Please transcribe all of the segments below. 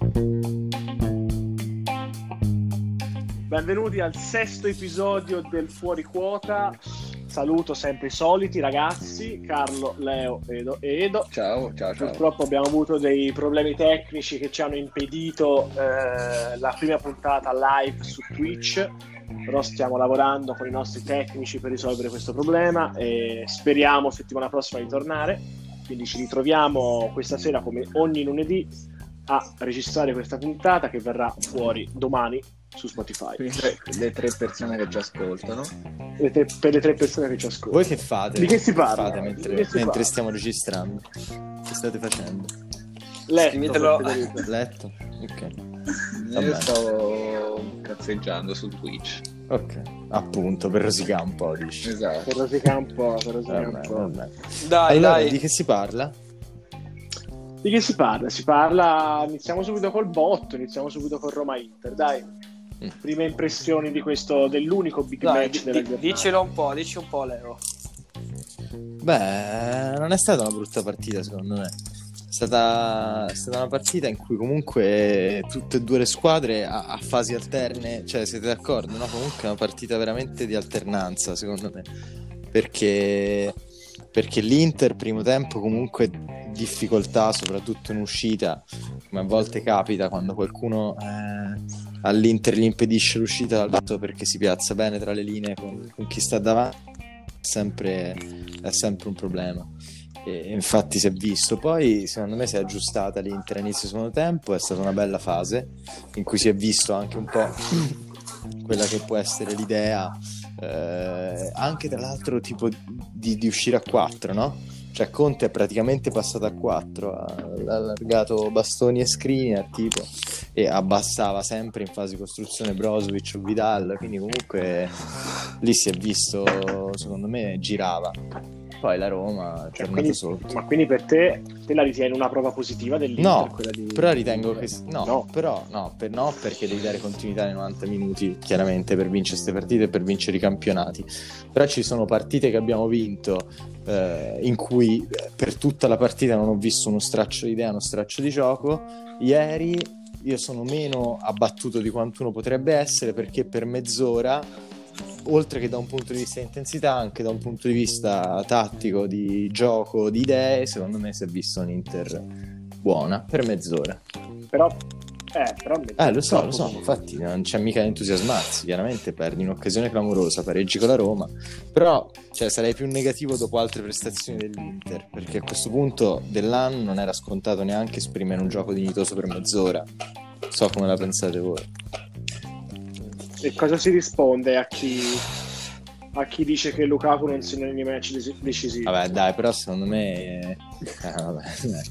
Benvenuti al 6º episodio del Fuori Quota. Saluto sempre i soliti ragazzi, Carlo, Leo, Edo. Ciao. Purtroppo abbiamo avuto dei problemi tecnici che ci hanno impedito la prima puntata live su Twitch, però stiamo lavorando con i nostri tecnici per risolvere questo problema e speriamo settimana prossima di tornare. Quindi ci ritroviamo questa sera come ogni lunedì a registrare questa puntata che verrà fuori domani su Spotify. Quindi le 3 persone che ci ascoltano. Per le 3 persone che ci ascoltano. Voi che fate? Di che si parla? Fate mentre stiamo registrando? Che state facendo? Letto? Ok. Io stavo cazzeggiando su Twitch. Ok, appunto, per rosicare un po', dici. Esatto. Per rosicare un po'. Vabbè. Dai, allora, dai. di che si parla? Di che si parla? Si parla... Iniziamo subito col botto, iniziamo subito con Roma-Inter, dai. Prime impressioni di questo, dell'unico big match della giornata. Dici un po', Leo. Beh, non è stata una brutta partita, secondo me. È stata una partita in cui comunque tutte e due le squadre a fasi alterne, cioè siete d'accordo, no? Comunque è una partita veramente di alternanza, secondo me, perché l'Inter primo tempo comunque difficoltà, soprattutto in uscita, come a volte capita quando qualcuno all'Inter gli impedisce l'uscita dal lato perché si piazza bene tra le linee con chi sta davanti, è sempre un problema. E infatti si è visto. Poi secondo me si è aggiustata l'Inter all'inizio secondo tempo, è stata una bella fase in cui si è visto anche un po' quella che può essere l'idea, anche tra l'altro tipo di uscire a 4, no? Cioè Conte è praticamente passato a 4, ha allargato Bastoni e Skriniar tipo, e abbassava sempre in fase di costruzione Brozovic o Vidal, quindi comunque lì si è visto, secondo me girava. Poi la Roma è tornata sotto. Ma quindi per te la ritieni una prova positiva dell'Inter? No, quella di... però ritengo che no, perché devi dare continuità nei 90 minuti, chiaramente, per vincere queste partite e per vincere i campionati. Però ci sono partite che abbiamo vinto in cui per tutta la partita non ho visto uno straccio di idea, uno straccio di gioco. Ieri io sono meno abbattuto di quanto uno potrebbe essere, perché per mezz'ora, oltre che da un punto di vista di intensità, anche da un punto di vista tattico, di gioco, di idee, secondo me si è visto un'Inter buona per mezz'ora. Però lo so, infatti non c'è mica da entusiasmarsi, chiaramente perdi un'occasione clamorosa, pareggi con la Roma, però sarei più negativo dopo altre prestazioni dell'Inter, perché a questo punto dell'anno non era scontato neanche esprimere un gioco dignitoso per mezz'ora. So come la pensate voi. E cosa si risponde a chi dice che Lukaku non segna nei match decisivi? Vabbè, dai, però secondo me vabbè,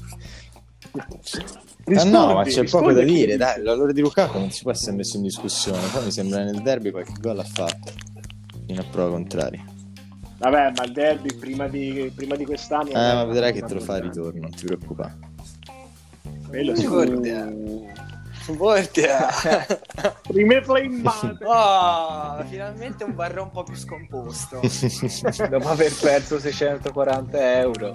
Rispondi, no, ma c'è poco da dire, dai, il valore di Lukaku non si può essere messo in discussione. Poi mi sembra nel derby qualche gol ha fatto, fino a prova contraria. Vabbè, ma il derby prima di quest'anno ma vedrai che te lo fa il ritorno, non ti preoccupare. Quello Portia. Rimetterla in mano. Finalmente un barro un po' più scomposto. Dopo aver perso 640 euro.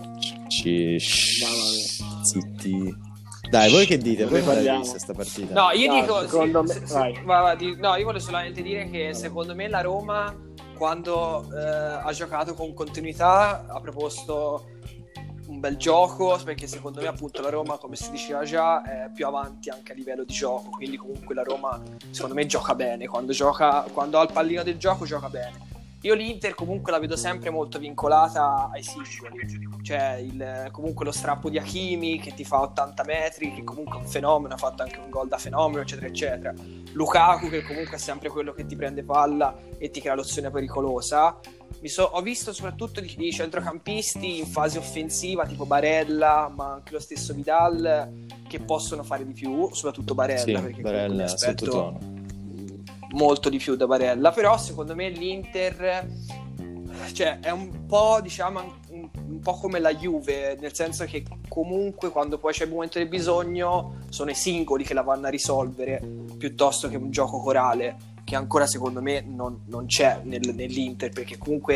Zitti. Dai, voi che dite? Voi parliamo? l'avete vista sta partita? No, io dico secondo me io voglio solamente dire che secondo me la Roma, quando ha giocato con continuità, ha proposto un bel gioco, perché secondo me appunto la Roma, come si diceva già, è più avanti anche a livello di gioco, quindi comunque la Roma secondo me gioca bene, quando ha il pallino del gioco gioca bene. Io l'Inter comunque la vedo sempre molto vincolata ai singoli, cioè comunque lo strappo di Hakimi che ti fa 80 metri, che comunque è un fenomeno, ha fatto anche un gol da fenomeno, eccetera eccetera. Lukaku che comunque è sempre quello che ti prende palla e ti crea l'opzione pericolosa. Ho visto soprattutto i centrocampisti in fase offensiva tipo Barella, ma anche lo stesso Vidal, che possono fare di più, soprattutto Barella, sì, perché Barella è sottotono molto di più da Barella. Però secondo me l'Inter è un po', diciamo, un po' come la Juve, nel senso che comunque quando poi c'è il momento del bisogno sono i singoli che la vanno a risolvere, piuttosto che un gioco corale che ancora secondo me non c'è nell'Inter, perché comunque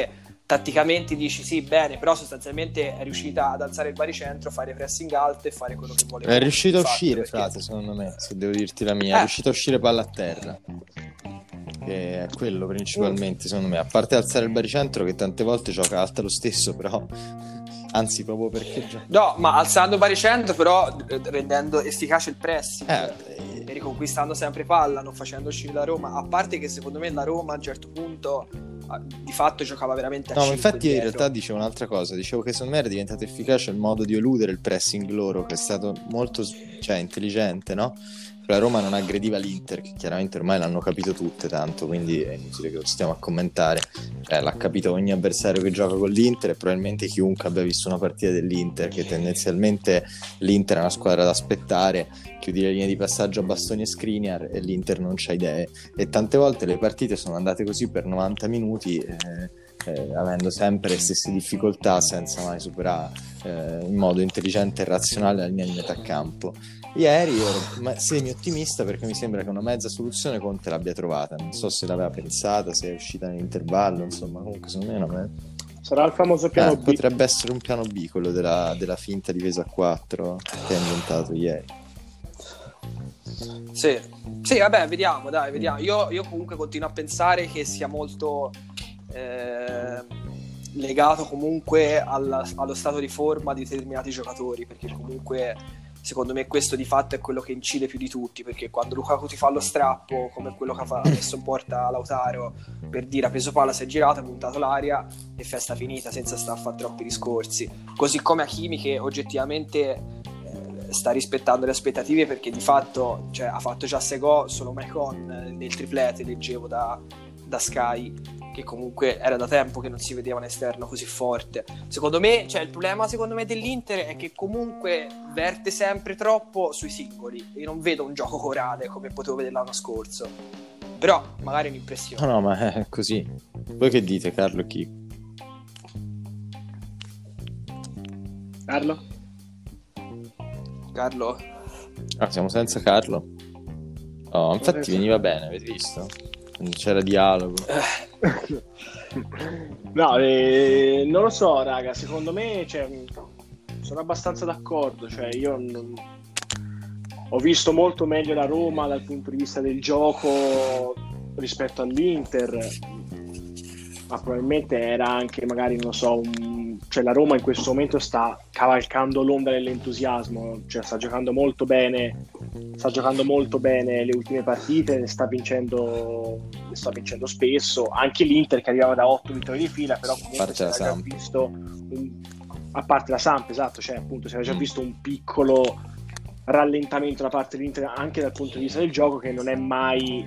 tatticamente dici sì, bene, però sostanzialmente è riuscita ad alzare il baricentro, fare pressing alto e fare quello che vuole. È riuscito a Fatto, uscire, perché... frate, secondo me, se devo dirti la mia, è riuscito a uscire palla a terra. Che è quello principalmente, secondo me, a parte alzare il baricentro che tante volte gioca alta lo stesso, però anzi proprio perché no, ma alzando il baricentro però rendendo efficace il pressing e riconquistando sempre palla, non facendo uscire la Roma, a parte che secondo me la Roma a un certo punto di fatto giocava veramente a 5 infatti io in dietro. realtà dicevo un'altra cosa, dicevo che secondo me era diventato efficace il modo di eludere il pressing loro, che è stato molto intelligente, no? La Roma non aggrediva l'Inter, che chiaramente ormai l'hanno capito tutte tanto, quindi è inutile che lo stiamo a commentare, l'ha capito ogni avversario che gioca con l'Inter e probabilmente chiunque abbia visto una partita dell'Inter, che tendenzialmente l'Inter è una squadra da aspettare, chiudi le linee di passaggio a bastoni e Skriniar e l'Inter non c'ha idee, e tante volte le partite sono andate così per 90 minuti avendo sempre le stesse difficoltà senza mai superare in modo intelligente e razionale la linea di metà campo. Ieri ero semi-ottimista perché mi sembra che una mezza soluzione Conte l'abbia trovata, non so se l'aveva pensata, se è uscita nell'intervallo, insomma, comunque secondo me sarà il famoso piano B. Potrebbe essere un piano B, quello della finta difesa a 4 che ha inventato ieri. Sì, vabbè, vediamo. Io comunque continuo a pensare che sia molto legato comunque allo stato di forma di determinati giocatori, perché comunque secondo me questo di fatto è quello che incide più di tutti, perché quando Lukaku ti fa lo strappo come quello che ha messo in porta Lautaro, per dire, ha preso palla, si è girato, ha puntato l'aria e festa finita, senza stare a fare troppi discorsi, così come Hakimi che oggettivamente sta rispettando le aspettative, perché di fatto ha fatto già 6 gol, solo Maicon nel triplete leggevo da Sky, che comunque era da tempo che non si vedeva un esterno così forte. Secondo me, il problema dell'Inter è che comunque verte sempre troppo sui singoli. Io non vedo un gioco corale come potevo vedere l'anno scorso, però magari è un'impressione. No, ma è così. Voi che dite, Carlo e chi? Carlo? Siamo senza Carlo. Oh, infatti veniva bene, avete visto? Non c'era dialogo. No, non lo so, raga, secondo me sono abbastanza d'accordo, io ho visto molto meglio la Roma dal punto di vista del gioco rispetto all'Inter, ma probabilmente era anche magari, non lo so, la Roma in questo momento sta cavalcando l'onda dell'entusiasmo, sta giocando molto bene le ultime partite, ne sta vincendo spesso, anche l'Inter che arrivava da 8 vittorie di fila, però comunque si era già visto a parte la Samp, esatto, appunto si era già visto un piccolo rallentamento da parte dell'Inter anche dal punto di vista del gioco, che non è mai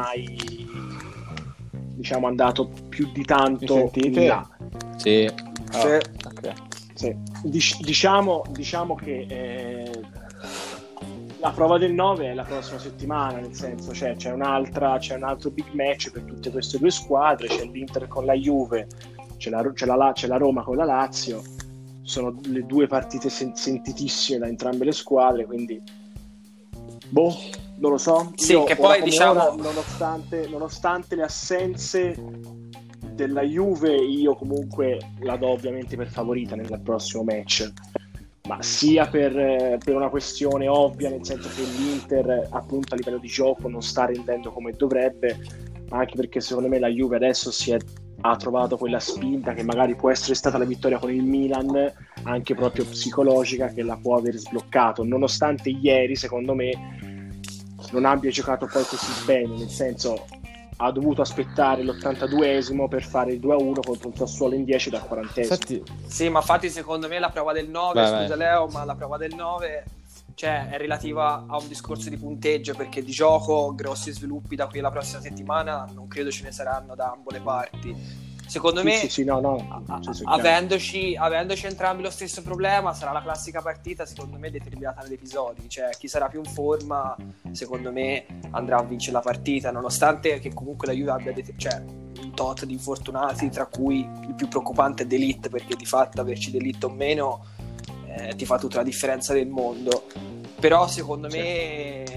diciamo andato più di tanto in là. Sì. Okay. Sì. Diciamo che la prova del 9 è la prossima settimana, nel senso c'è un altro big match per tutte queste due squadre, c'è l'Inter con la Juve, c'è la Roma con la Lazio, sono le due partite sentitissime da entrambe le squadre, quindi non lo so. Sì, che poi diciamo ora, nonostante le assenze della Juve, io comunque la do ovviamente per favorita nel prossimo match, ma sia per una questione ovvia, nel senso che l'Inter appunto a livello di gioco non sta rendendo come dovrebbe, ma anche perché secondo me la Juve adesso ha trovato quella spinta che magari può essere stata la vittoria con il Milan, anche proprio psicologica, che la può aver sbloccato, nonostante ieri secondo me non abbia giocato poi così bene, nel senso ha dovuto aspettare l'82esimo per fare il 2-1 contro un Sassuolo in 10 dal 40esimo. Infatti secondo me la prova del 9, scusa Leo, ma la prova del 9 è relativa a un discorso di punteggio, perché di gioco grossi sviluppi da qui alla prossima settimana non credo ce ne saranno da ambo le parti. Secondo me avendoci entrambi lo stesso problema, sarà la classica partita secondo me determinata negli episodi, chi sarà più in forma secondo me andrà a vincere la partita, nonostante che comunque la Juve abbia un tot di infortunati, tra cui il più preoccupante è De Ligt, perché di fatto averci De Ligt o meno ti fa tutta la differenza del mondo. Però secondo me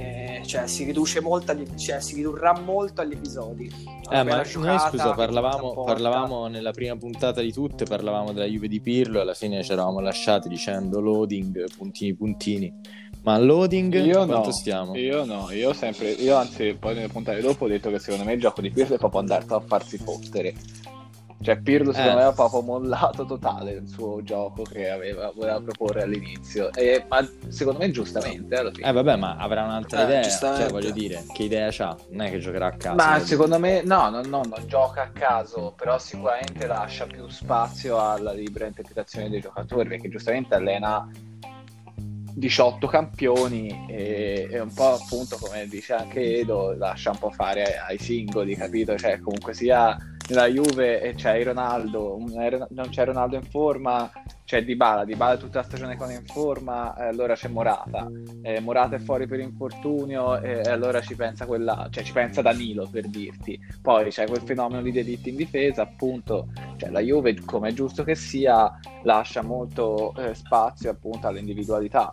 cioè si riduce molto si ridurrà molto agli episodi. Ma Quella noi giocata scusa, che ti porta. parlavamo nella prima puntata di tutte, parlavamo della Juve di Pirlo, alla fine ci eravamo lasciati dicendo loading, puntini puntini. Ma loading Io quanto no, stiamo? io anzi poi nelle puntate dopo ho detto che secondo me il gioco di Pirlo è proprio andato a farsi fottere. Cioè Pirlo secondo me ha proprio mollato totale il suo gioco che voleva proporre all'inizio, ma secondo me giustamente alla fine. Vabbè, ma avrà un'altra idea, giustamente. cioè voglio dire, che idea c'ha? Non è che giocherà a caso. Ma secondo me non gioca a caso, però sicuramente lascia più spazio alla libera interpretazione dei giocatori, perché giustamente allena 18 campioni e un po' appunto come dice anche Edo, lascia un po' fare ai singoli, capito? Cioè comunque sia nella Juve c'è Ronaldo, non c'è Ronaldo in forma, c'è Dybala tutta la stagione con in forma, allora c'è Morata è fuori per infortunio e allora ci pensa ci pensa Danilo, per dirti. Poi c'è quel fenomeno di delitti in difesa, appunto, cioè la Juve, come è giusto che sia, lascia molto spazio appunto all'individualità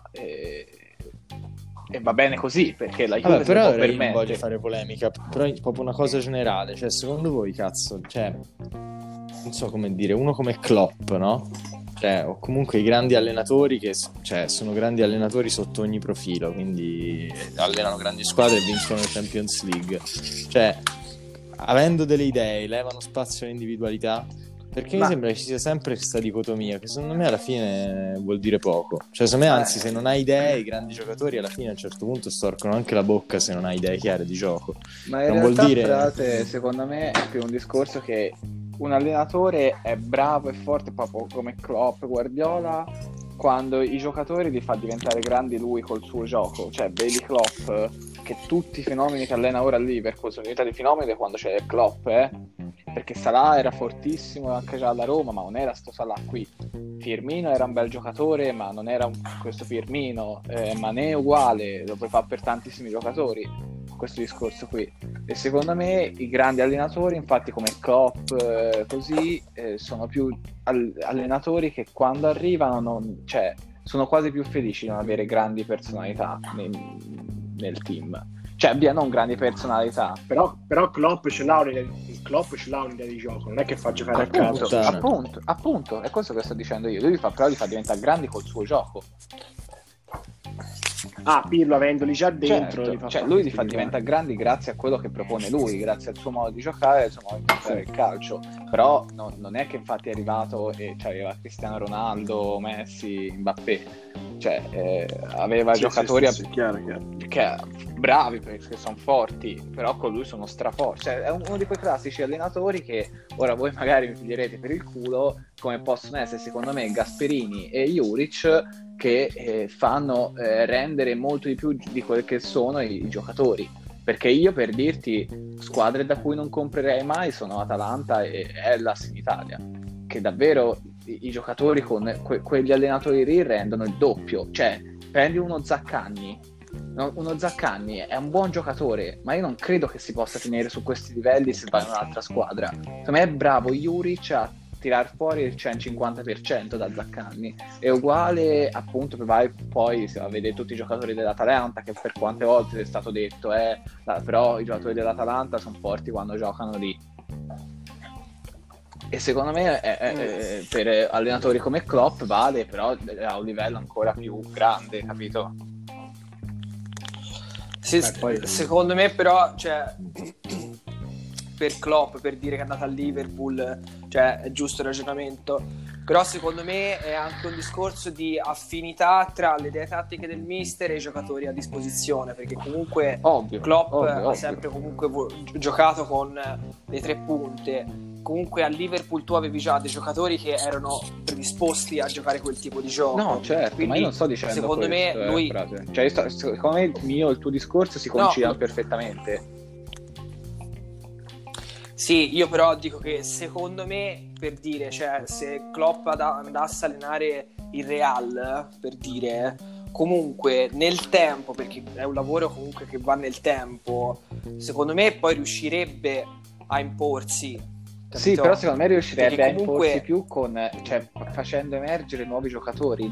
e va bene così, perché la Juve Vabbè, però può io non voglio permettere. fare polemica, però è proprio una cosa generale, cioè secondo voi, cazzo, cioè non so come dire, uno come Klopp, no? Cioè, o comunque i grandi allenatori che sono grandi allenatori sotto ogni profilo, quindi allenano grandi squadre e vincono la Champions League. Cioè, avendo delle idee, levano spazio all'individualità, perché mi sembra che ci sia sempre questa dicotomia che secondo me alla fine vuol dire poco. Cioè, secondo me, anzi, se non hai idee, i grandi giocatori alla fine a un certo punto storcono anche la bocca se non hai idee chiare di gioco. Ma in non realtà, vuol dire... frate, secondo me è più un discorso che un allenatore è bravo e forte proprio come Klopp, Guardiola, quando i giocatori li fa diventare grandi lui col suo gioco. Cioè vedi Klopp, che tutti i fenomeni che allena ora a Liverpool sono diventati fenomeni quando c'è Klopp, perché Salah era fortissimo anche già alla Roma, ma non era sto Salah qui. Firmino era un bel giocatore, ma non era questo Firmino. Mané uguale, lo puoi fare per tantissimi giocatori questo discorso qui. E secondo me i grandi allenatori, infatti come Klopp, così, sono più allenatori che quando arrivano sono quasi più felici di non avere grandi personalità nel team. Cioè abbiano grandi personalità. Però Klopp ce l'ha un'idea di gioco, non è che fa giocare a caso. Appunto, è questo che sto dicendo io. Lui li fa diventare grandi col suo gioco. Pirlo avendoli già dentro, certo. Lui li fa diventare grandi grazie a quello che propone lui, grazie al suo modo di giocare, al suo modo di pensare il calcio. Però non è che infatti è arrivato e aveva Cristiano Ronaldo, Messi, Mbappé. Aveva giocatori chiaro. che bravi perché sono forti, però con lui sono straforti. È uno di quei classici allenatori che ora voi magari mi piglierete per il culo, come possono essere secondo me Gasperini e Juric, che fanno rendere molto di più di quel che sono i giocatori. Perché io, per dirti, squadre da cui non comprerei mai sono Atalanta e Hellas in Italia, che davvero i giocatori con quegli allenatori lì rendono il doppio. Cioè prendi uno Zaccagni è un buon giocatore, ma io non credo che si possa tenere su questi livelli se vai in un'altra squadra. Secondo me è bravo Juric a tirar fuori il 150% da Zaccagni. È uguale appunto, poi se va a vedere tutti i giocatori dell'Atalanta, che per quante volte è stato detto però i giocatori dell'Atalanta sono forti quando giocano lì. E secondo me per allenatori come Klopp vale, però a un livello ancora più grande, capito? Sì, secondo me però, per Klopp, per dire che è andata a Liverpool, è giusto il ragionamento, però secondo me è anche un discorso di affinità tra le idee tattiche del mister e i giocatori a disposizione, perché comunque Klopp ha sempre comunque giocato con le tre punte. Comunque a Liverpool tu avevi già dei giocatori che erano predisposti a giocare quel tipo di gioco. No, certo, quindi, ma io non sto dicendo secondo questo, me lui... secondo me il tuo discorso si coincide perfettamente. Sì, io però dico che secondo me, per dire, se Klopp andasse a allenare il Real, per dire, comunque nel tempo, perché è un lavoro comunque che va nel tempo, secondo me poi riuscirebbe a imporsi, Sì, però secondo me riuscirebbe Perché a imporsi più cioè, facendo emergere nuovi giocatori.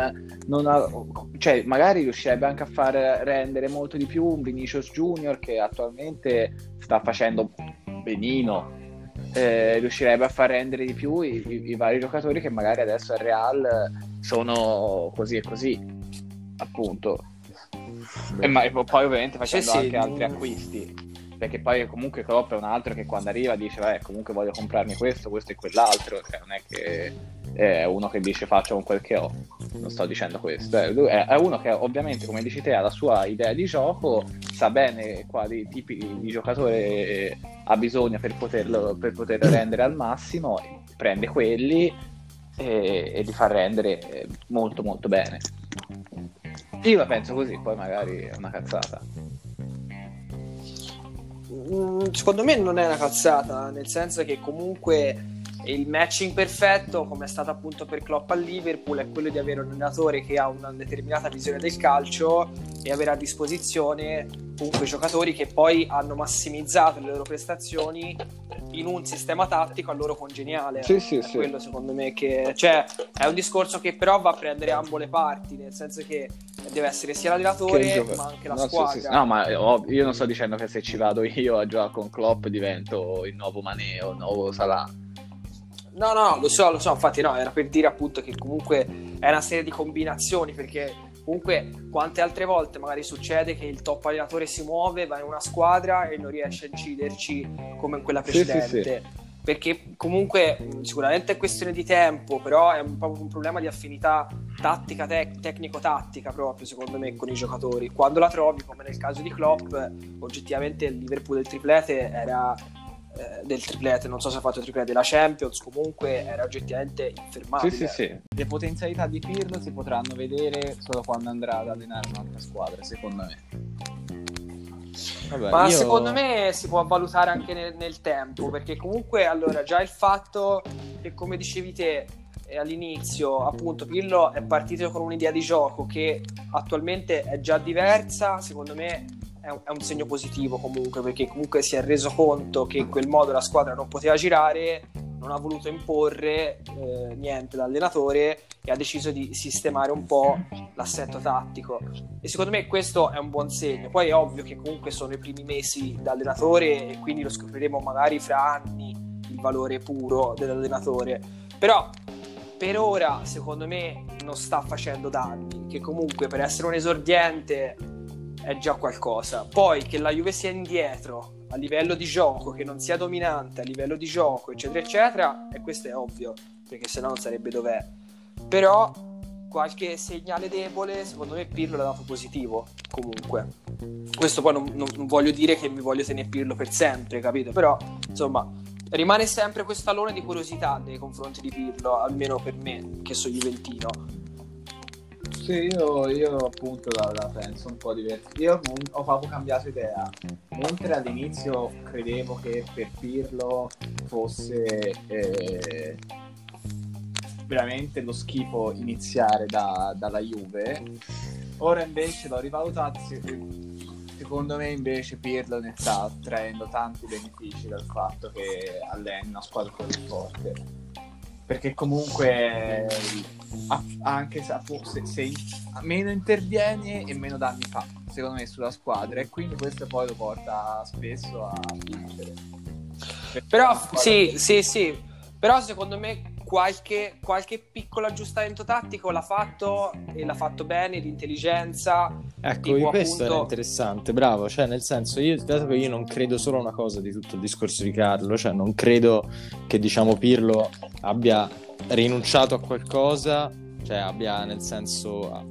Cioè, magari riuscirebbe anche a far rendere molto di più un Vinicius Junior che attualmente sta facendo benino. Riuscirebbe a far rendere di più i vari giocatori che magari adesso al Real sono così e così, appunto. E poi ovviamente facendo anche altri acquisti. Perché poi comunque Klopp è un altro che quando arriva dice vabbè comunque voglio comprarmi questo e quell'altro, cioè non è che è uno che dice faccio con quel che ho, non sto dicendo questo, è uno che ovviamente come dici te ha la sua idea di gioco, sa bene quali tipi di giocatore ha bisogno per poterlo rendere al massimo, prende quelli e li fa rendere molto molto bene. Io la penso così, poi magari è una cazzata. Secondo me non è una cazzata, nel senso che comunque il matching perfetto, come è stato appunto per Klopp al Liverpool, è quello di avere un allenatore che ha una determinata visione del calcio e avere a disposizione comunque giocatori che poi hanno massimizzato le loro prestazioni in un sistema tattico a loro congeniale. Sì. Quello secondo me che, cioè, è un discorso che però va a prendere ambo le parti, nel senso che deve essere sia l'allenatore ma anche la squadra. Sì. No, ma io non sto dicendo che se ci vado io a giocare con Klopp divento il nuovo Mané o il nuovo Salah. No, lo so, infatti no, era per dire appunto che comunque è una serie di combinazioni, perché comunque quante altre volte magari succede che il top allenatore si muove, va in una squadra e non riesce a inciderci come in quella precedente. Sì. Perché comunque sicuramente è questione di tempo, però è proprio un problema di affinità tattica, tecnico-tattica proprio secondo me con i giocatori. Quando la trovi, come nel caso di Klopp, oggettivamente il Liverpool del triplete era non so se ha fatto il triplete della Champions, comunque era oggettivamente infermabile. Sì. Le potenzialità di Pirlo si potranno vedere solo quando andrà ad allenare un'altra squadra, secondo me. Vabbè, ma secondo me si può valutare anche nel tempo, perché comunque allora già il fatto che, come dicevi te all'inizio, appunto Pirlo è partito con un'idea di gioco che attualmente è già diversa, secondo me è un segno positivo comunque, perché comunque si è reso conto che in quel modo la squadra non poteva girare, non ha voluto imporre niente dall'allenatore e ha deciso di sistemare un po' l'assetto tattico, e secondo me questo è un buon segno. Poi è ovvio che comunque sono i primi mesi da allenatore e quindi lo scopriremo magari fra anni il valore puro dell'allenatore, però per ora secondo me non sta facendo danni, che comunque per essere un esordiente è già qualcosa. Poi che la Juve sia indietro a livello di gioco, che non sia dominante a livello di gioco, eccetera eccetera, e questo è ovvio, perché sennò non sarebbe dov'è. Però qualche segnale debole secondo me Pirlo l'ha dato positivo comunque. Questo poi non voglio dire che mi voglio tenere Pirlo per sempre, capito? Però insomma rimane sempre questo alone di curiosità nei confronti di Pirlo, almeno per me che sono juventino. Sì, io appunto la penso un po' diversa. Io ho proprio cambiato idea. Mentre all'inizio credevo che per Pirlo fosse veramente lo schifo iniziare dalla Juve, ora invece l'ho rivalutato. Secondo me invece Pirlo ne sta traendo tanti benefici dal fatto che alleni una squadra così forte, perché comunque anche se meno interviene e meno danni fa secondo me sulla squadra, e quindi questo poi lo porta spesso a vincere. Però sì, però secondo me qualche piccolo aggiustamento tattico l'ha fatto, e l'ha fatto bene, di intelligenza. Ecco, questo era interessante, bravo, cioè nel senso, dato che io non credo solo a una cosa di tutto il discorso di Carlo, cioè non credo che diciamo Pirlo abbia rinunciato a qualcosa, cioè abbia nel senso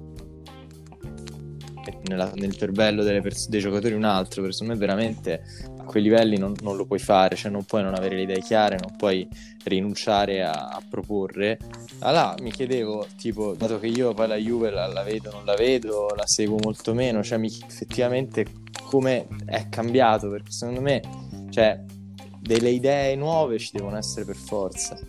nel cervello dei giocatori un altro, perché secondo me veramente a quei livelli non lo puoi fare, cioè non puoi non avere le idee chiare, non puoi rinunciare a proporre. Allora mi chiedevo, tipo, dato che io poi la Juve la vedo, non la vedo, la seguo molto meno, cioè effettivamente come è cambiato, perché secondo me cioè delle idee nuove ci devono essere per forza.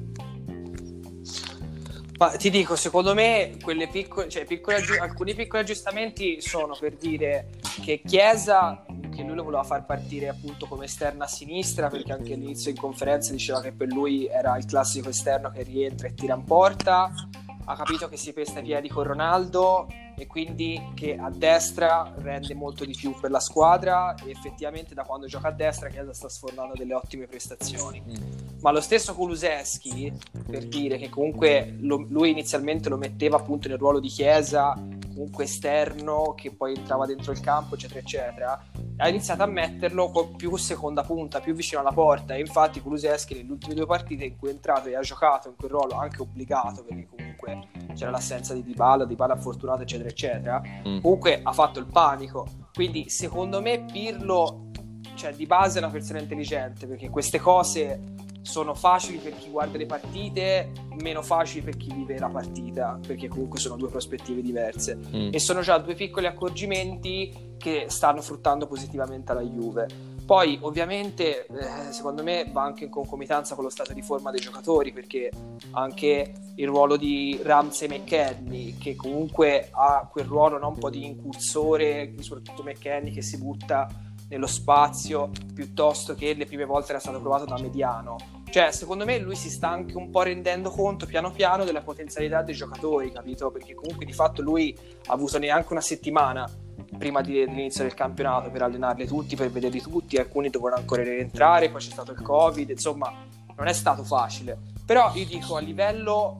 Ma ti dico, secondo me alcuni piccoli aggiustamenti sono, per dire, che Chiesa che lui lo voleva far partire appunto come esterno a sinistra, perché anche all'inizio in conferenza diceva che per lui era il classico esterno che rientra e tira in porta. Ha capito che si pesta i piedi con Ronaldo e quindi che a destra rende molto di più per la squadra, e effettivamente da quando gioca a destra Chiesa sta sfornando delle ottime prestazioni. Ma lo stesso Kulusevski, per dire che comunque lui inizialmente lo metteva appunto nel ruolo di Chiesa, comunque esterno che poi entrava dentro il campo eccetera eccetera, ha iniziato a metterlo più seconda punta, più vicino alla porta, e infatti Kulusevski nelle ultime 2 partite in cui è entrato e ha giocato in quel ruolo, anche obbligato perché comunque c'era l'assenza di Dybala fortunato eccetera eccetera, comunque ha fatto il panico. Quindi secondo me Pirlo, cioè di base è una persona intelligente, perché queste cose sono facili per chi guarda le partite, meno facili per chi vive la partita, perché comunque sono 2 prospettive diverse, e sono già 2 piccoli accorgimenti che stanno fruttando positivamente alla Juve. Poi ovviamente secondo me va anche in concomitanza con lo stato di forma dei giocatori, perché anche il ruolo di Ramsey McKennie, che comunque ha quel ruolo, no, un po' di incursore, soprattutto McKennie che si butta nello spazio piuttosto che le prime volte era stato provato da mediano. Cioè secondo me lui si sta anche un po' rendendo conto piano piano della potenzialità dei giocatori, capito? Perché comunque di fatto lui ha avuto neanche una settimana prima dell'inizio del campionato per allenarli tutti, per vederli tutti, alcuni dovevano ancora rientrare, poi c'è stato il Covid, insomma non è stato facile. Però io dico, a livello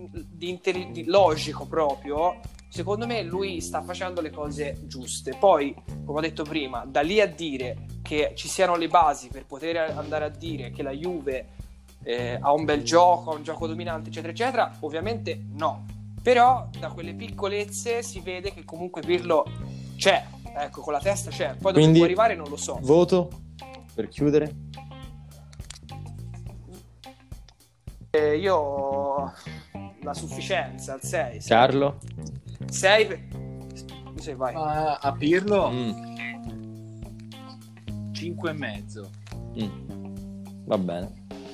di logico proprio, secondo me lui sta facendo le cose giuste. Poi, come ho detto prima, da lì a dire che ci siano le basi per poter andare a dire che la Juve ha un bel gioco, ha un gioco dominante eccetera eccetera, ovviamente no. Però da quelle piccolezze si vede che comunque Pirlo c'è, ecco, con la testa c'è. Poi dove può arrivare non lo so. Voto per chiudere? Io la sufficienza al 6. Carlo? 6 vai. A Pirlo 5,5. Va bene.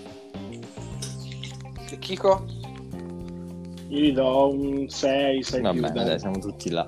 E Chico? Io gli do un 6 Va più, bene, dai, siamo tutti là.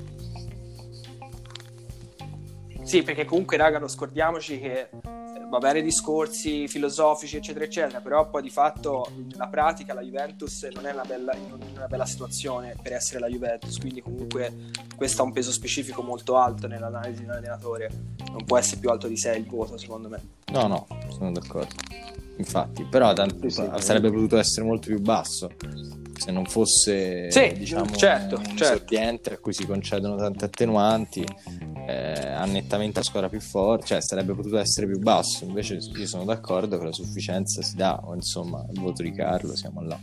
Sì, perché comunque raga, non scordiamoci che va bene discorsi filosofici eccetera eccetera, però poi di fatto nella pratica la Juventus non è una bella situazione per essere la Juventus, quindi comunque questo ha un peso specifico molto alto nell'analisi di un allenatore, non può essere più alto di 6 il voto secondo me. No, sono d'accordo, infatti, però sarebbe potuto essere molto più basso se non fosse diciamo certo. sordiente a cui si concedono tante attenuanti, ha nettamente la squadra più forte, cioè sarebbe potuto essere più basso. Invece io sono d'accordo che la sufficienza si dà, o insomma il voto di Carlo, siamo là.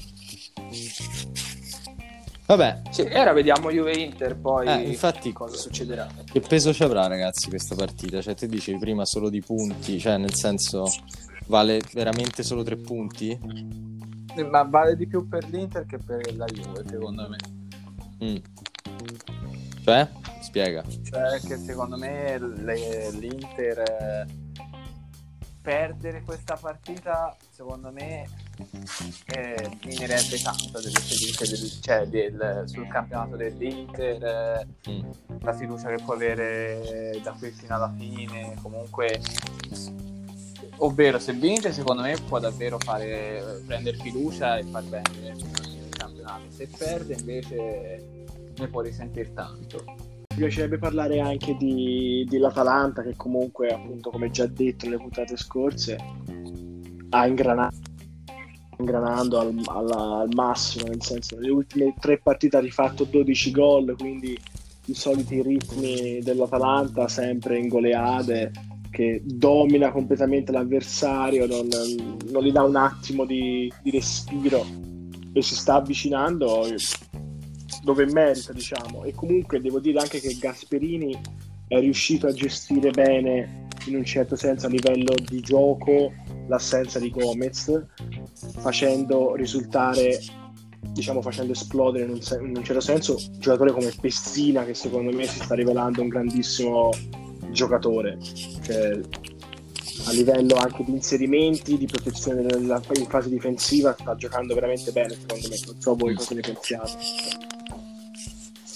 Vabbè, sì, ora vediamo Juve Inter poi infatti cosa succederà. Che peso ci avrà, ragazzi, questa partita? Cioè te dicevi prima solo di punti, cioè nel senso vale veramente solo 3 punti? Ma vale di più per l'Inter che per la Juve, secondo me. Cioè? Spiega. Cioè che secondo me l'Inter perdere questa partita, secondo me minerebbe tanto delle fiducie sul campionato dell'Inter, la fiducia che può avere da qui fino alla fine. Comunque, ovvero se vince secondo me può davvero prendere fiducia e far bene il campionato. Se perde invece ne può risentire tanto. Mi piacerebbe parlare anche dell'Atalanta, che comunque, appunto, come già detto nelle puntate scorse, ha ingranando al massimo, nel senso, nelle ultime 3 partite ha rifatto 12 gol, quindi i soliti ritmi dell'Atalanta, sempre in goleade, che domina completamente l'avversario, non gli dà un attimo di respiro e si sta avvicinando dove merita, diciamo. E comunque devo dire anche che Gasperini è riuscito a gestire bene, in un certo senso, a livello di gioco, l'assenza di Gomez, facendo risultare, diciamo, facendo esplodere in un certo senso un giocatore come Pessina, che secondo me si sta rivelando un grandissimo giocatore, cioè, a livello anche di inserimenti, di protezione in fase difensiva sta giocando veramente bene, secondo me. Non so voi cosa ne pensiate.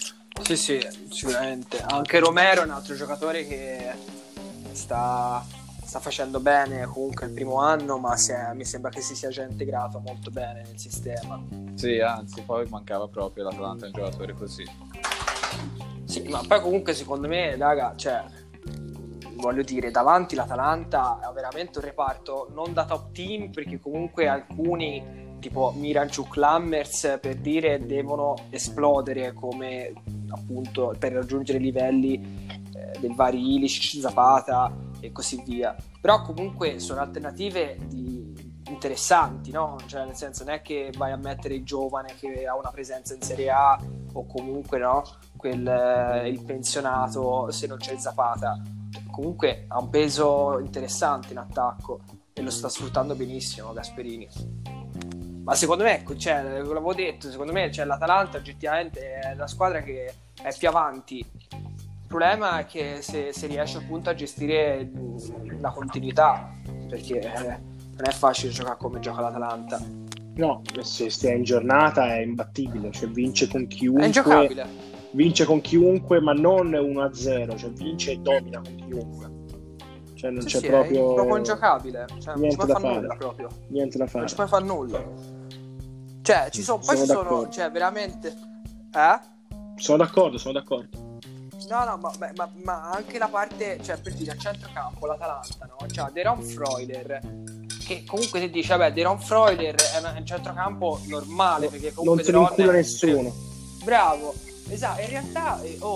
Sì, sicuramente. Anche Romero è un altro giocatore che sta facendo bene comunque il primo anno, ma mi sembra che si sia già integrato molto bene nel sistema. Sì, anzi, poi mancava proprio l'Atalanta un giocatore così. Sì, ma poi comunque secondo me, raga, cioè, voglio dire, davanti l'Atalanta ha veramente un reparto non da top team, perché comunque alcuni tipo Miranchuk, Lammers, per dire, devono esplodere come appunto per raggiungere i livelli del vari Ilicic, Zapata e così via. Però comunque sono alternative interessanti, no? Cioè, nel senso, non è che vai a mettere il giovane che ha una presenza in Serie A, o comunque no, il pensionato se non c'è il Zapata. Comunque ha un peso interessante in attacco e lo sta sfruttando benissimo Gasperini. Ma secondo me, cioè, l'avevo detto, secondo me, cioè, l'Atalanta oggettivamente è la squadra che è più avanti. Il problema è che se riesce appunto a gestire la continuità, perché non è facile giocare come gioca l'Atalanta. No, se stia in giornata è imbattibile, cioè vince con chiunque. È ingiocabile. Vince con chiunque, ma non 1-0, cioè vince e domina con chiunque. Cioè non c'è proprio... È proprio ingiocabile, cioè, non ci puoi fare nulla proprio. Niente da fare. Non ci puoi fare nulla. Cioè, cioè, veramente... Sono d'accordo. No, ma anche la parte, cioè, per dire, a centrocampo l'Atalanta, no? Cioè, Deron Freuler, che comunque ti dice, vabbè, Deron Freuler è un centrocampo normale, perché comunque non se ne incula nessuno. Bravo, esatto, in realtà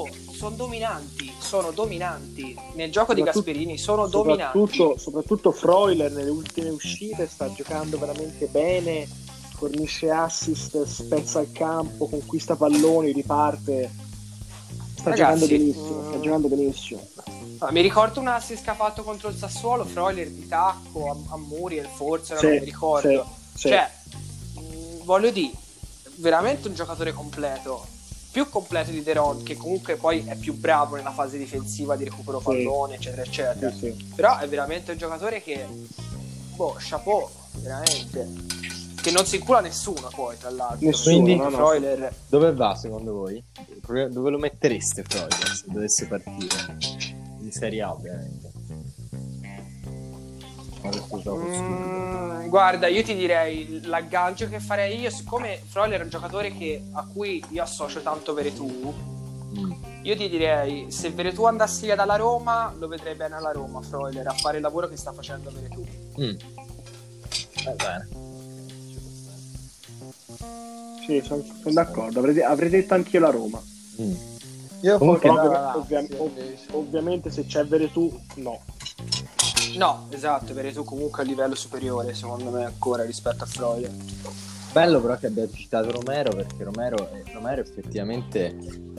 sono dominanti nel gioco di Gasperini, dominanti. Soprattutto Freuler nelle ultime uscite sta giocando veramente bene, fornisce assist, spezza il campo, conquista palloni, riparte. Sta giocando benissimo. Mi ricordo un assist che ha fatto contro il Sassuolo, Freuler di tacco a Muriel, forse, non mi ricordo. Sì. Cioè, voglio dire, veramente un giocatore completo, più completo di Deron, che comunque poi è più bravo nella fase difensiva di recupero pallone, eccetera eccetera. Sì. Però è veramente un giocatore che chapeau, veramente, che non si incula nessuno poi, tra l'altro. Quindi Freuler... dove va secondo voi? Dove lo mettereste Freuler se dovesse partire? In Serie A, ovviamente. Guarda, io ti direi l'aggancio che farei io, siccome Freuler è un giocatore a cui io associo tanto Veretout, io ti direi, se Veretout andassi via dalla Roma, lo vedrei bene alla Roma, Freuler, a fare il lavoro che sta facendo Veretout. Bene. Sì, sono d'accordo, avrei detto anch'io la Roma. Io comunque ovviamente se c'è Veretout no, esatto, Veretout comunque a livello superiore secondo me ancora rispetto a Freuler. Bello però che abbia citato Romero, perché Romero effettivamente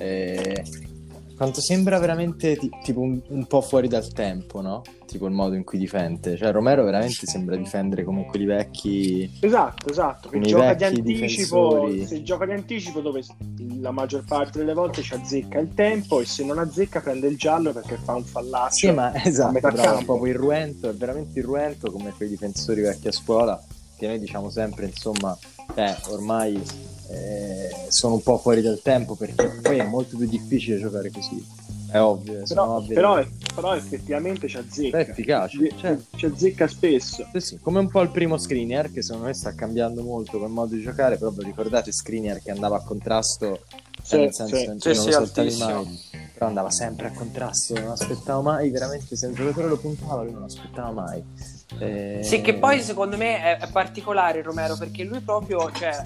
quanto sembra veramente tipo un po' fuori dal tempo, no? Tipo il modo in cui difende, cioè Romero veramente sembra difendere come quelli vecchi. Esatto, che gioca di anticipo, se gioca di anticipo dove la maggior parte delle volte ci azzecca il tempo, e se non azzecca prende il giallo perché fa un fallaccio. Sì, ma esatto, bravo, proprio irruento, è veramente irruento come quei difensori vecchi a scuola che noi diciamo sempre, insomma, ormai sono un po' fuori dal tempo, perché poi è molto più difficile giocare così, è ovvio, però effettivamente ci azzecca, è efficace, ci azzecca spesso. Sì, come un po' il primo Skriniar, che secondo me sta cambiando molto quel modo di giocare. Proprio ricordate Skriniar che andava a contrasto, nel senso non lo saltavi mai, però andava sempre a contrasto, non aspettava mai, veramente, se un giocatore lo puntava lui non aspettava mai. Sì, che poi secondo me è particolare Romero, perché lui proprio, cioè,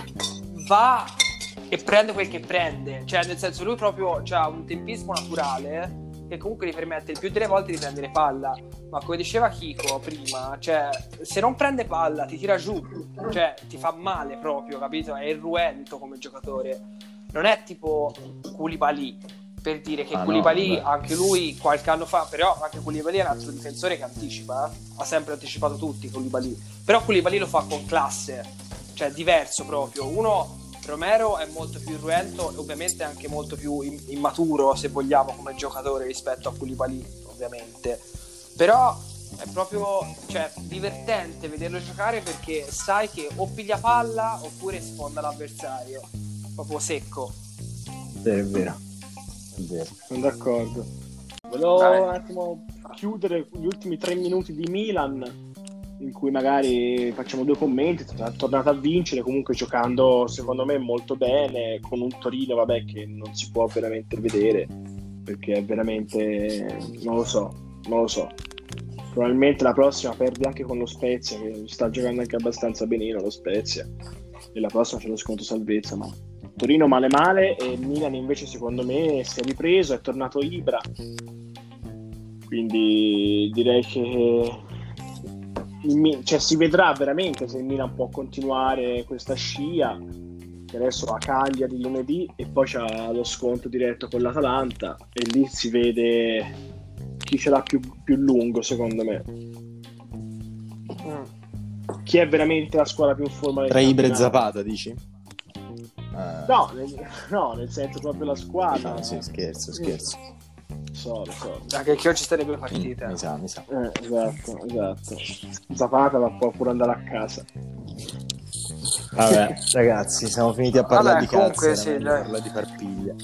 va e prende quel che prende, cioè nel senso lui proprio ha un tempismo naturale che comunque gli permette il più delle volte di prendere palla, ma come diceva Chico prima, cioè se non prende palla ti tira giù, cioè ti fa male proprio, capito? È irruento come giocatore, non è tipo Koulibaly, per dire che Koulibaly, anche lui qualche anno fa, però anche Koulibaly è un altro difensore che anticipa, ha sempre anticipato tutti Koulibaly, però Koulibaly lo fa con classe, cioè diverso proprio. Romero è molto più irruento e ovviamente anche molto più immaturo, se vogliamo, come giocatore rispetto a Koulibaly, ovviamente, però è proprio, cioè, divertente vederlo giocare, perché sai che o piglia palla oppure sfonda l'avversario proprio secco. È vero. è vero. Sono d'accordo. Volevo Dai. un attimo chiudere gli ultimi 3 minuti di Milan, in cui magari facciamo 2 commenti. È tornata a vincere, comunque giocando secondo me molto bene, con un Torino vabbè che non si può veramente vedere, perché è veramente non lo so. Probabilmente la prossima perde anche con lo Spezia, che sta giocando anche abbastanza benino lo Spezia, e la prossima c'è lo sconto salvezza, ma Torino male, e il Milan invece secondo me si è ripreso, è tornato Ibra, quindi direi che cioè, si vedrà veramente se il Milan può continuare questa scia, che adesso ha Cagliari lunedì e poi c'ha lo scontro diretto con l'Atalanta, e lì si vede chi ce l'ha più lungo secondo me, chi è veramente la squadra più in forma del Tra Ibra e campionato. Zapata, dici? No, nel senso proprio la squadra. No, sì, scherzo. So. Anche che oggi sta le due partite. Mi sa. Esatto. Zapata va pure andare a casa. Vabbè, ragazzi, siamo finiti a parlare Vabbè, di cazzo. comunque sì, dai. Parla di Parpiglia.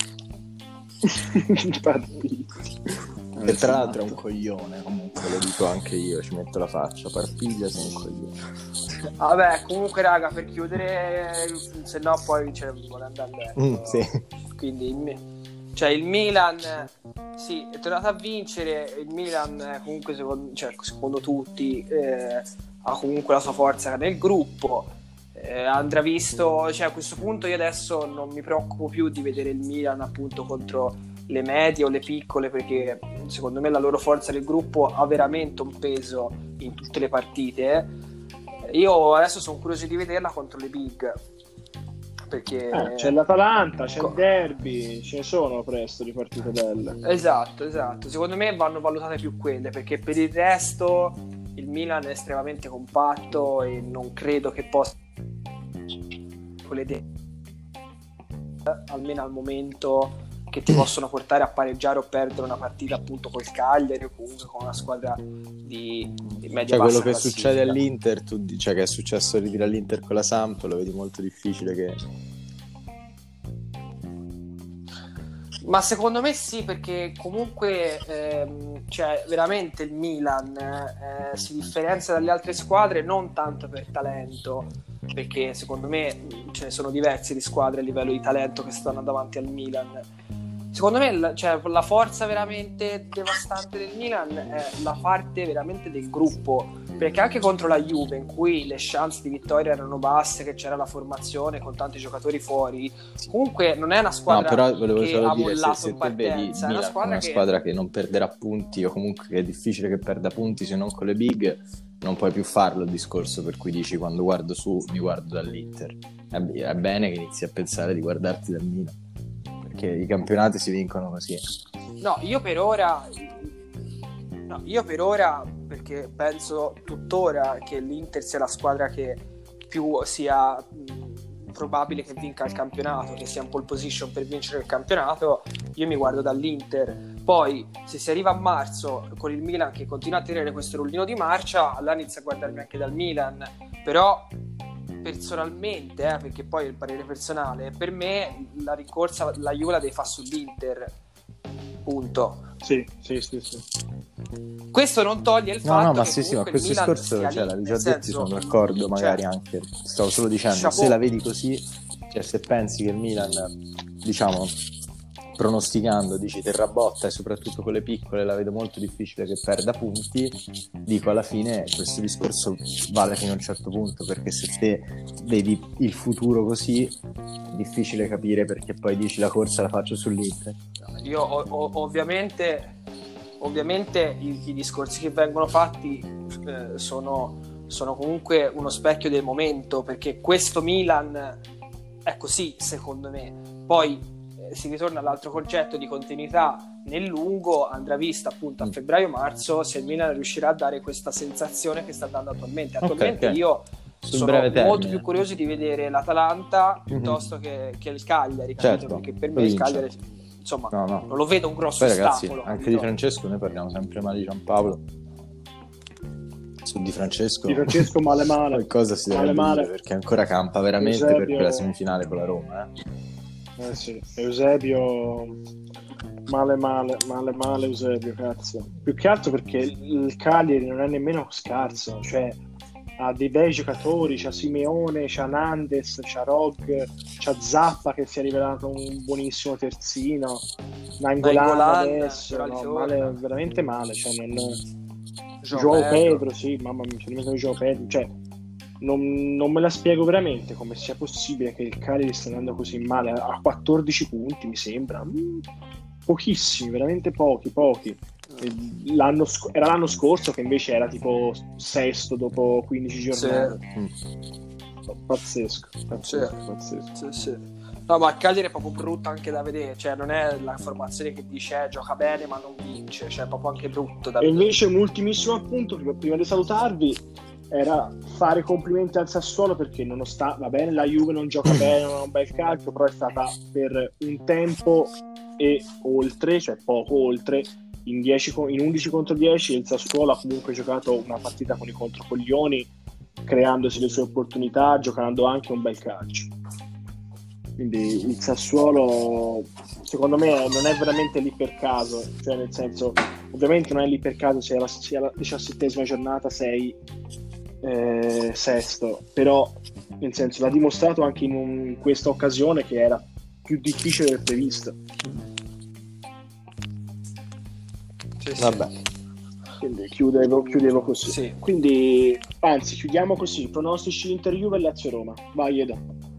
Partiti. Che tra l'altro è un coglione, comunque lo dico anche io, ci metto la faccia. Parpiglia sei un coglione. Vabbè, comunque raga, per chiudere, se no poi vuole andare a letto. Sì. Quindi il Milan sì, è tornato a vincere. Il Milan comunque secondo tutti ha comunque la sua forza nel gruppo, andrà visto, cioè a questo punto io adesso non mi preoccupo più di vedere il Milan appunto contro le medie o le piccole, perché secondo me la loro forza del gruppo ha veramente un peso in tutte le partite. Io adesso sono curioso di vederla contro le big, perché c'è l'Atalanta, c'è il derby, ce ne sono presto di partite belle. Esatto. Secondo me vanno valutate più quelle, perché per il resto il Milan è estremamente compatto e non credo che possa quelle almeno al momento che ti possono portare a pareggiare o perdere una partita appunto col Cagliari o comunque con una squadra di media Cioè bassa quello che classifica. succede all'Inter, cioè che è successo all'Inter con la Samp, lo vedi molto difficile che... Ma secondo me sì, perché comunque cioè veramente il Milan si differenzia dalle altre squadre non tanto per talento, perché secondo me ce ne sono diverse di squadre a livello di talento che stanno davanti al Milan. Secondo me la forza veramente devastante del Milan è la parte veramente del gruppo, perché anche contro la Juve, in cui le chance di vittoria erano basse, che c'era la formazione con tanti giocatori fuori, comunque non è una squadra però volevo che solo ha dire, mollato se in te vedi partenza, è Milan una squadra che non perderà punti, o comunque che è difficile che perda punti se non con le big, non puoi più farlo il discorso per cui dici quando guardo su mi guardo dall'Inter. È bene che inizi a pensare di guardarti dal Milan, perché i campionati si vincono così. No, io per ora, perché penso tuttora che l'Inter sia la squadra che più sia probabile che vinca il campionato, che sia in pole position per vincere il campionato. Io mi guardo dall'Inter. Poi se si arriva a marzo con il Milan che continua a tenere questo rullino di marcia, allora inizio a guardarmi anche dal Milan. Però personalmente, perché poi è il parere personale, per me la rincorsa la Juve la deve fare sull'Inter, punto. Sì. Questo non toglie il fatto ma che sì, ma comunque questo il Milan discorso sia cioè, lì, l'avevi nel già detto, senso, sono d'accordo, magari cioè, anche stavo solo dicendo, chapeau. se la vedi così, cioè se pensi che il Milan, diciamo, pronosticando, dici terrà botta, e soprattutto con le piccole la vedo molto difficile che perda punti, dico alla fine questo discorso vale fino a un certo punto, perché se te vedi il futuro così è difficile capire perché poi dici la corsa la faccio sull'Inter. Io ovviamente i discorsi che vengono fatti sono comunque uno specchio del momento, perché questo Milan è così secondo me. Poi si ritorna all'altro concetto di continuità nel lungo, andrà vista appunto a febbraio-marzo se il Milan riuscirà a dare questa sensazione che sta dando attualmente. Ok. Io Sul sono breve termine. molto più curioso di vedere l'Atalanta piuttosto che il Cagliari, capito? Certo, Perché per me poi il vince. Cagliari insomma No. non lo vedo un grosso Poi ragazzi, ostacolo, anche capito? di Francesco noi parliamo sempre male di Giampaolo. Su Di Francesco male qualcosa si deve male, dire, perché ancora campa veramente per quella semifinale con la Roma. Sì. Eusebio Male Eusebio, cazzo. Più che altro perché il Cagliari non è nemmeno scarso, cioè ha dei bei giocatori, c'ha Simeone, c'ha Nandes, c'ha Rog, c'ha Zappa che si è rivelato un buonissimo terzino, Nainggolan adesso, male, veramente male, cioè João Pedro, sì, mamma mia, mi sono João Pedro, cioè non me la spiego veramente come sia possibile che il Cagliari stia andando così male, a 14 punti mi sembra, pochissimi, veramente pochi. Era l'anno scorso che invece era tipo sesto dopo 15 giornate. Pazzesco. Sì. No, ma Cagliari è proprio brutta anche da vedere, cioè non è la formazione che dice gioca bene ma non vince, cioè è proprio anche brutto da vedere. E invece un ultimissimo appunto prima di salutarvi era fare complimenti al Sassuolo, perché va bene, la Juve non gioca bene, non ha un bel calcio, però è stata per un tempo e oltre, cioè poco oltre, in 11 contro 10, il Sassuolo ha comunque giocato una partita con i controcoglioni, creandosi le sue opportunità, giocando anche un bel calcio. Quindi il Sassuolo secondo me non è veramente lì per caso, cioè nel senso, ovviamente non è lì per caso se è la 17ª giornata sei sesto, però nel senso l'ha dimostrato anche in questa occasione che era più difficile del previsto. Sì. Vabbè, quindi chiudevo così. Sì. Quindi anzi chiudiamo così, pronostici Inter Juve e Lazio Roma. Vai Edo.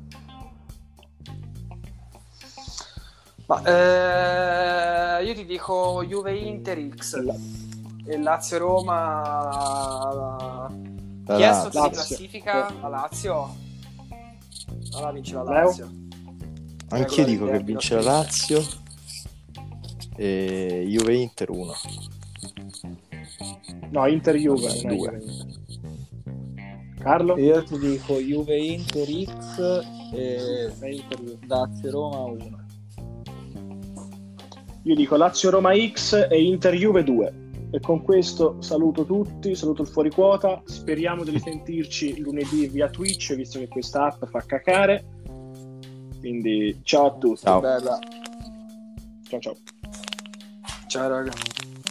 Io ti dico Juve Inter X e Lazio Roma. Chi è sotto di classifica? La Lazio. Allora vince la Lazio. Anch'io dico che vince la Lazio e Juve Inter 1. No, Inter Juve 2. Carlo? Io ti dico Juve Inter X e Lazio Roma 1. Io dico Lazio Roma X e Inter Juve 2. E con questo saluto tutti, saluto il fuori quota, speriamo di risentirci lunedì via Twitch, visto che questa app fa cacare. Quindi ciao a tutti. Ciao. Bella. Ciao. Ciao raga.